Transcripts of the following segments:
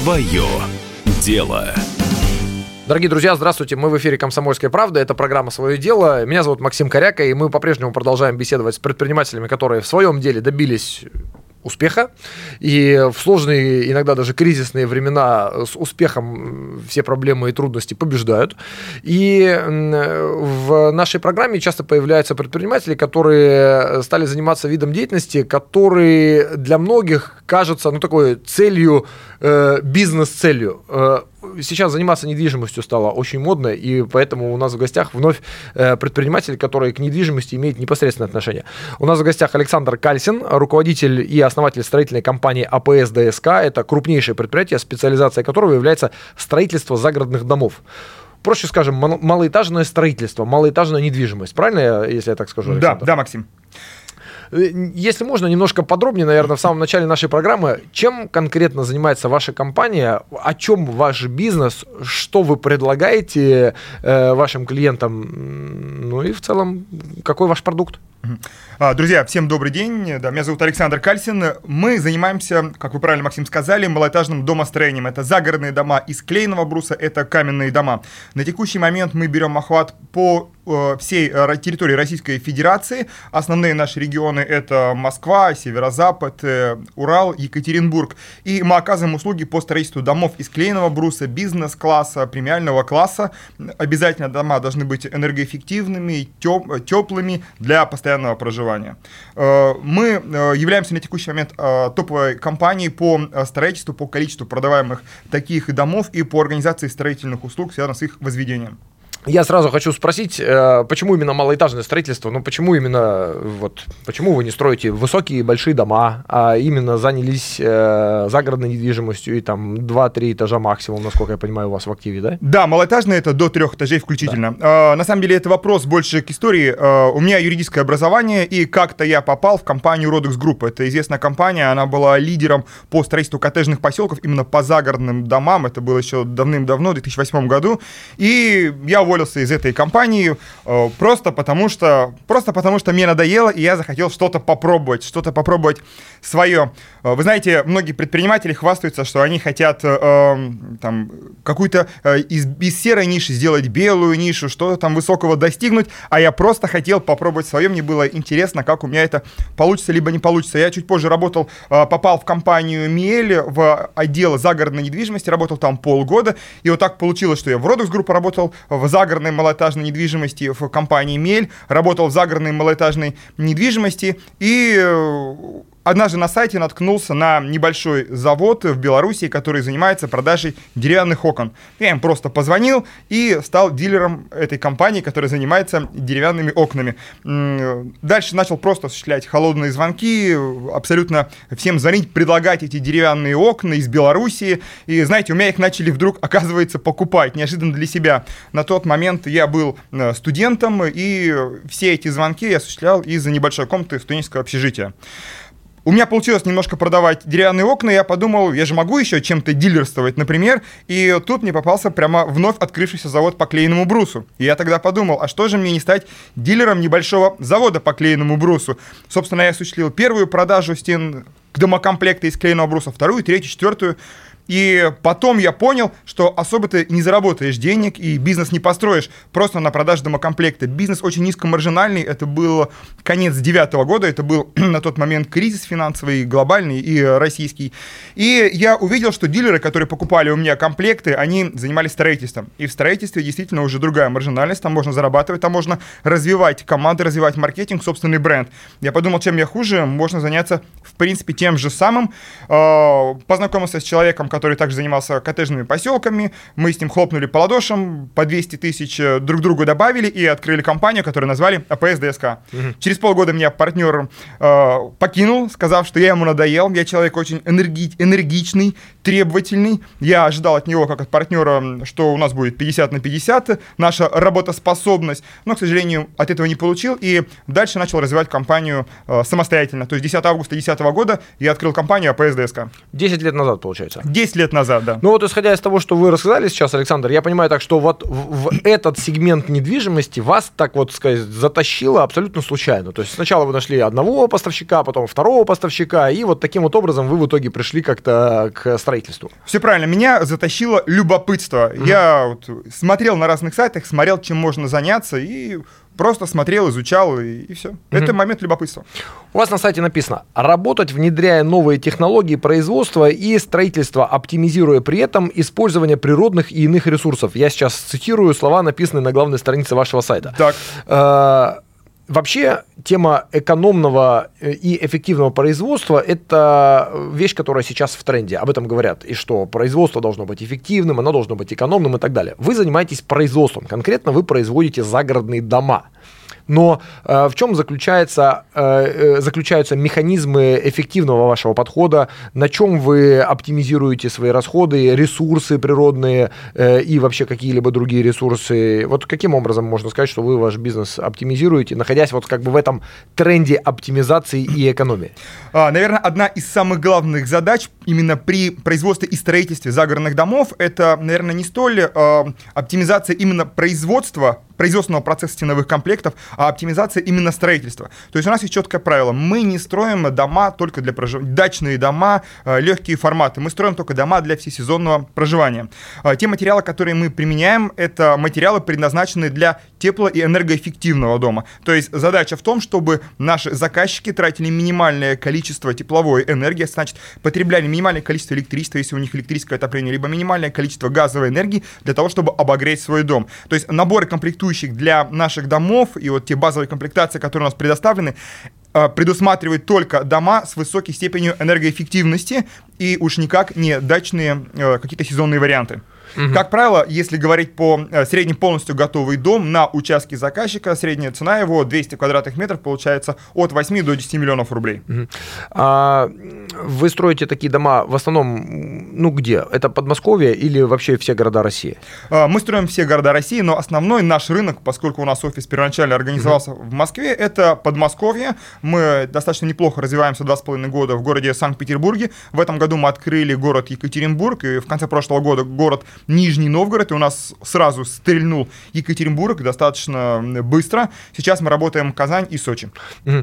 Свое дело. Дорогие друзья, здравствуйте. Мы в эфире «Комсомольская правда». Это программа «Свое дело». Меня зовут Максим Коряка, и мы по-прежнему продолжаем беседовать с предпринимателями, которые в своем деле добились успеха. И в сложные, иногда даже кризисные времена с успехом все проблемы и трудности побеждают. И в нашей программе часто появляются предприниматели, которые стали заниматься видом деятельности, который для многих кажется, такой целью, бизнес-целью. Сейчас заниматься недвижимостью стало очень модно, и поэтому у нас в гостях вновь предприниматель, который к недвижимости имеет непосредственное отношение. У нас в гостях Александр Кальсин, руководитель и основатель строительной компании АПС ДСК. Это крупнейшее предприятие, специализация которого является строительство загородных домов. Проще скажем, малоэтажное строительство, малоэтажная недвижимость. Правильно, если я так скажу, Александр? Да, Максим. Если можно, немножко подробнее, наверное, в самом начале нашей программы, чем конкретно занимается ваша компания, о чем ваш бизнес, что вы предлагаете вашим клиентам, ну и в целом, какой ваш продукт? Друзья, всем добрый день. Да, меня зовут Александр Кальсин. Мы занимаемся, как вы правильно, Максим, сказали, малоэтажным домостроением. Это загородные дома из клееного бруса, это каменные дома. На текущий момент мы берем охват по всей территории Российской Федерации. Основные наши регионы — это Москва, Северо-Запад, Урал, Екатеринбург. И мы оказываем услуги по строительству домов из клееного бруса, бизнес-класса, премиального класса. Обязательно дома должны быть энергоэффективными, теплыми для постоянного проживания. Мы являемся на текущий момент топовой компанией по строительству, по количеству продаваемых таких домов и по организации строительных услуг, связанных с их возведением. Я сразу хочу спросить, почему именно малоэтажное строительство? Почему вы не строите высокие большие дома, а именно занялись загородной недвижимостью и там 2-3 этажа максимум, насколько я понимаю, у вас в активе, да? Да, малоэтажное — это до 3 этажей включительно. Да. На самом деле это вопрос больше к истории. У меня юридическое образование, и как-то я попал в компанию Rodex Group. Это известная компания, она была лидером по строительству коттеджных поселков, именно по загородным домам. Это было еще давным-давно, в 2008 году. И я уволился из этой компании просто потому что мне надоело, и я захотел что-то попробовать свое. Вы знаете, многие предприниматели хвастаются, что они хотят какую-то из серой ниши сделать белую нишу, что-то там высокого достигнуть, а я просто хотел попробовать свое. Мне было интересно, как у меня это получится, либо не получится. Я чуть позже попал в компанию Миэль, в отдел загородной недвижимости, работал там полгода, и вот так получилось, что я в Rodex Group работал, в загородной малоэтажной недвижимости в компании Мель, работал в загородной малоэтажной недвижимости и однажды на сайте наткнулся на небольшой завод в Беларуси, который занимается продажей деревянных окон. Я им просто позвонил и стал дилером этой компании, которая занимается деревянными окнами. Дальше начал просто осуществлять холодные звонки, абсолютно всем звонить, предлагать эти деревянные окна из Беларуси. И знаете, у меня их начали вдруг, оказывается, покупать, неожиданно для себя. На тот момент я был студентом, и все эти звонки я осуществлял из-за небольшой комнаты студенческого общежития. У меня получилось немножко продавать деревянные окна, и я подумал, я же могу еще чем-то дилерствовать, например, и тут мне попался прямо вновь открывшийся завод по клееному брусу. И я тогда подумал, а что же мне не стать дилером небольшого завода по клееному брусу? Собственно, я осуществил первую продажу стен домокомплекта из клееного бруса, вторую, третью, четвертую. И потом я понял, что особо ты не заработаешь денег и бизнес не построишь просто на продаже домокомплекта. Бизнес очень низкомаржинальный, это был конец 2009 года, это был на тот момент кризис финансовый, глобальный и российский. И я увидел, что дилеры, которые покупали у меня комплекты, они занимались строительством. И в строительстве действительно уже другая маржинальность, там можно зарабатывать, там можно развивать команды, развивать маркетинг, собственный бренд. Я подумал, чем я хуже, можно заняться в принципе тем же самым. Познакомился с человеком, который также занимался коттеджными поселками. Мы с ним хлопнули по ладошам, по 200 тысяч друг другу добавили и открыли компанию, которую назвали АПС ДСК. Через полгода меня партнер покинул, сказав, что я ему надоел. Я человек очень энергичный, требовательный. Я ожидал от него, как от партнера, что у нас будет 50 на 50, наша работоспособность. Но, к сожалению, от этого не получил. И дальше начал развивать компанию самостоятельно. То есть 10 августа 2010 года я открыл компанию АПС ДСК. 10 лет назад, получается. 10 10 лет назад, да. Ну вот исходя из того, что вы рассказали сейчас, Александр, я понимаю так, что вот в этот сегмент недвижимости вас, так вот сказать, затащило абсолютно случайно. То есть сначала вы нашли одного поставщика, потом второго поставщика, и вот таким вот образом вы в итоге пришли как-то к строительству. Все правильно. Меня затащило любопытство. Я вот смотрел на разных сайтах, смотрел, чем можно заняться, и просто смотрел, изучал, и все. Это момент любопытства. У вас на сайте написано: работать, внедряя новые технологии производства и строительства, оптимизируя при этом использование природных и иных ресурсов. Я сейчас цитирую слова, написанные на главной странице вашего сайта. Так. Вообще, тема экономного и эффективного производства – это вещь, которая сейчас в тренде. Об этом говорят. И что производство должно быть эффективным, оно должно быть экономным и так далее. Вы занимаетесь производством. Конкретно вы производите загородные дома. Но в чем заключаются механизмы эффективного вашего подхода, на чем вы оптимизируете свои расходы, ресурсы природные и вообще какие-либо другие ресурсы? Вот каким образом можно сказать, что вы ваш бизнес оптимизируете, находясь вот как бы в этом тренде оптимизации и экономии? Наверное, одна из самых главных задач именно при производстве и строительстве загородных домов – это, наверное, не столь оптимизация именно производственного процесса стеновых комплектов, а оптимизация именно строительства. То есть у нас есть четкое правило: мы не строим дома только для проживания, дачные дома, легкие форматы, мы строим только дома для всесезонного проживания. Те материалы, которые мы применяем, это материалы, предназначенные для тепло- и энергоэффективного дома. То есть задача в том, чтобы наши заказчики тратили минимальное количество тепловой энергии, значит, потребляли минимальное количество электричества, если у них электрическое отопление, либо минимальное количество газовой энергии для того, чтобы обогреть свой дом. То есть наборы комплектующих для наших домов и вот те базовые комплектации, которые у нас предоставлены, предусматривает только дома с высокой степенью энергоэффективности и уж никак не дачные какие-то сезонные варианты. Как правило, если говорить по среднем полностью готовый дом на участке заказчика, средняя цена его 200 квадратных метров получается от 8 до 10 миллионов рублей. Вы строите такие дома в основном, ну где? Это Подмосковье или вообще все города России? Мы строим все города России, но основной наш рынок, поскольку у нас офис первоначально организовался в Москве, это Подмосковье. Мы достаточно неплохо развиваемся 2,5 года в городе Санкт-Петербурге. В этом году мы открыли город Екатеринбург, и в конце прошлого года город Нижний Новгород, и у нас сразу стрельнул Екатеринбург достаточно быстро. Сейчас мы работаем Казань и Сочи.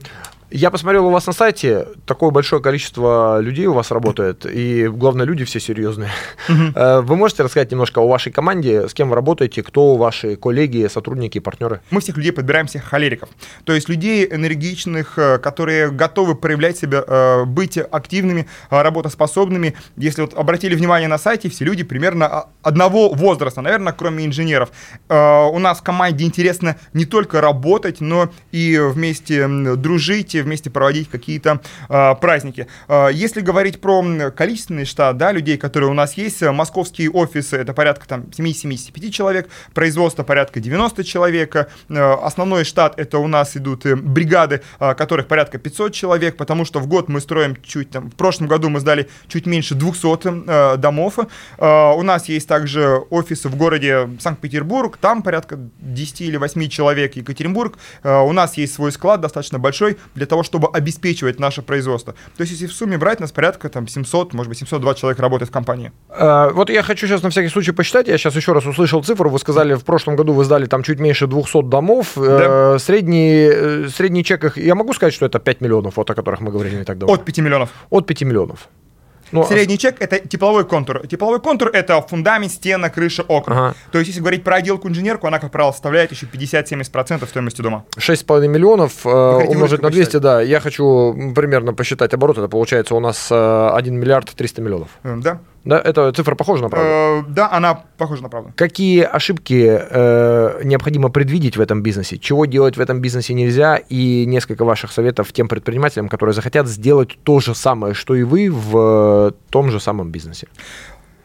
Я посмотрел у вас на сайте, такое большое количество людей у вас работает, и, главное, люди все серьезные. Вы можете рассказать немножко о вашей команде, с кем вы работаете, кто ваши коллеги, сотрудники, партнеры? Мы всех людей подбираем, всех холериков. То есть людей энергичных, которые готовы проявлять себя, быть активными, работоспособными. Если вот обратили внимание на сайте, все люди примерно одного возраста, наверное, кроме инженеров. У нас в команде интересно не только работать, но и вместе дружить, вместе проводить какие-то праздники. Если говорить про количественный штат, да, людей, которые у нас есть, московские офисы — это порядка 70-75 человек, производство порядка 90 человек, основной штат — это у нас идут бригады, которых порядка 500 человек, потому что в год мы строим в прошлом году мы сдали чуть меньше 200 домов. У нас есть также офисы в городе Санкт-Петербург, там порядка 10 или 8 человек. Екатеринбург, у нас есть свой склад достаточно большой для того, чтобы обеспечивать наше производство. То есть, если в сумме брать, нас порядка 700, может быть, 720 человек работает в компании. Вот я хочу сейчас на всякий случай посчитать. Я сейчас еще раз услышал цифру. Вы сказали, в прошлом году вы сдали там чуть меньше 200 домов. Да. Средний чек их, я могу сказать, что это 5 миллионов, вот о которых мы говорили не так давно? От 5 миллионов. От 5 миллионов. Средний чек — это тепловой контур. Тепловой контур — это фундамент, стена, крыша, окна. Ага. То есть, если говорить про отделку-инженерку, она, как правило, составляет еще 50-70% стоимости дома. 6,5 миллионов умножить на 200, да. Я хочу примерно посчитать оборот. Это получается у нас 1 миллиард 300 миллионов. Да. Да, эта цифра похожа на правду? Да, она похожа на правду. Какие ошибки необходимо предвидеть в этом бизнесе? Чего делать в этом бизнесе нельзя? И несколько ваших советов тем предпринимателям, которые захотят сделать то же самое, что и вы в том же самом бизнесе.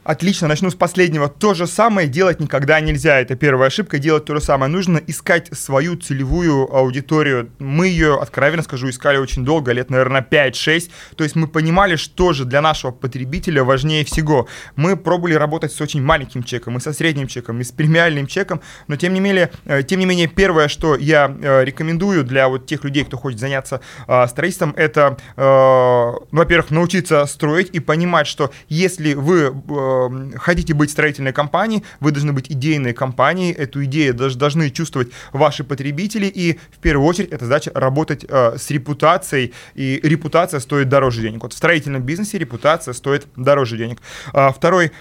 Отлично, начну с последнего. То же самое делать никогда нельзя. Это первая ошибка. Делать то же самое. Нужно искать свою целевую аудиторию. Мы ее, откровенно скажу, искали очень долго, лет, наверное, 5-6. То есть мы понимали, что же для нашего потребителя важнее всего. Мы пробовали работать с очень маленьким чеком, и со средним чеком, и с премиальным чеком. Но тем не менее, первое, что я рекомендую для вот тех людей, кто хочет заняться строительством, это, во-первых, научиться строить и понимать, что если вы хотите быть строительной компанией, вы должны быть идейной компанией, эту идею должны чувствовать ваши потребители, и в первую очередь эта задача работать с репутацией, и репутация стоит дороже денег. Вот в строительном бизнесе репутация стоит дороже денег. Второй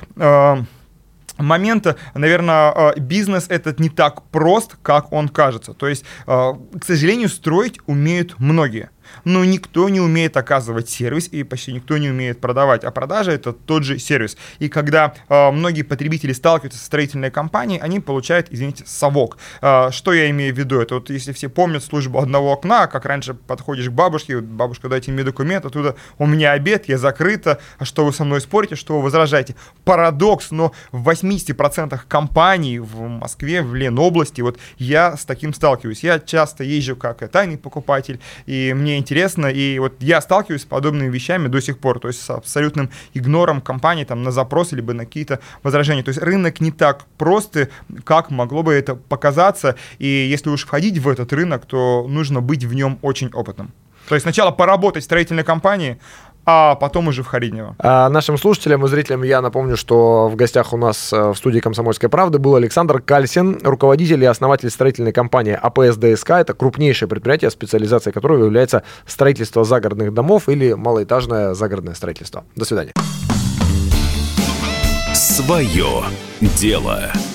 момент, наверное, бизнес этот не так прост, как он кажется. То есть, к сожалению, строить умеют многие. Но никто не умеет оказывать сервис, и почти никто не умеет продавать. А продажа — это тот же сервис. И когда многие потребители сталкиваются со строительной компанией, они получают, извините, совок. Что я имею в виду? Это вот если все помнят службу одного окна, как раньше подходишь к бабушке, бабушка, дайте мне документ, оттуда у меня обед, я закрыта, что вы со мной спорите, что вы возражаете. Парадокс, но в 80% компаний в Москве, в Ленобласти, вот я с таким сталкиваюсь. Я часто езжу как тайный покупатель, и мне интересно, и вот я сталкиваюсь с подобными вещами до сих пор, то есть с абсолютным игнором компании там, на запросы, либо на какие-то возражения. То есть рынок не так прост, как могло бы это показаться, и если уж входить в этот рынок, то нужно быть в нем очень опытным. То есть сначала поработать в строительной компании, а потом уже входить в него. Нашим слушателям и зрителям я напомню, что в гостях у нас в студии «Комсомольской правды» был Александр Кальсин, руководитель и основатель строительной компании АПС ДСК. Это крупнейшее предприятие, специализацией которого является строительство загородных домов или малоэтажное загородное строительство. До свидания. Свое дело.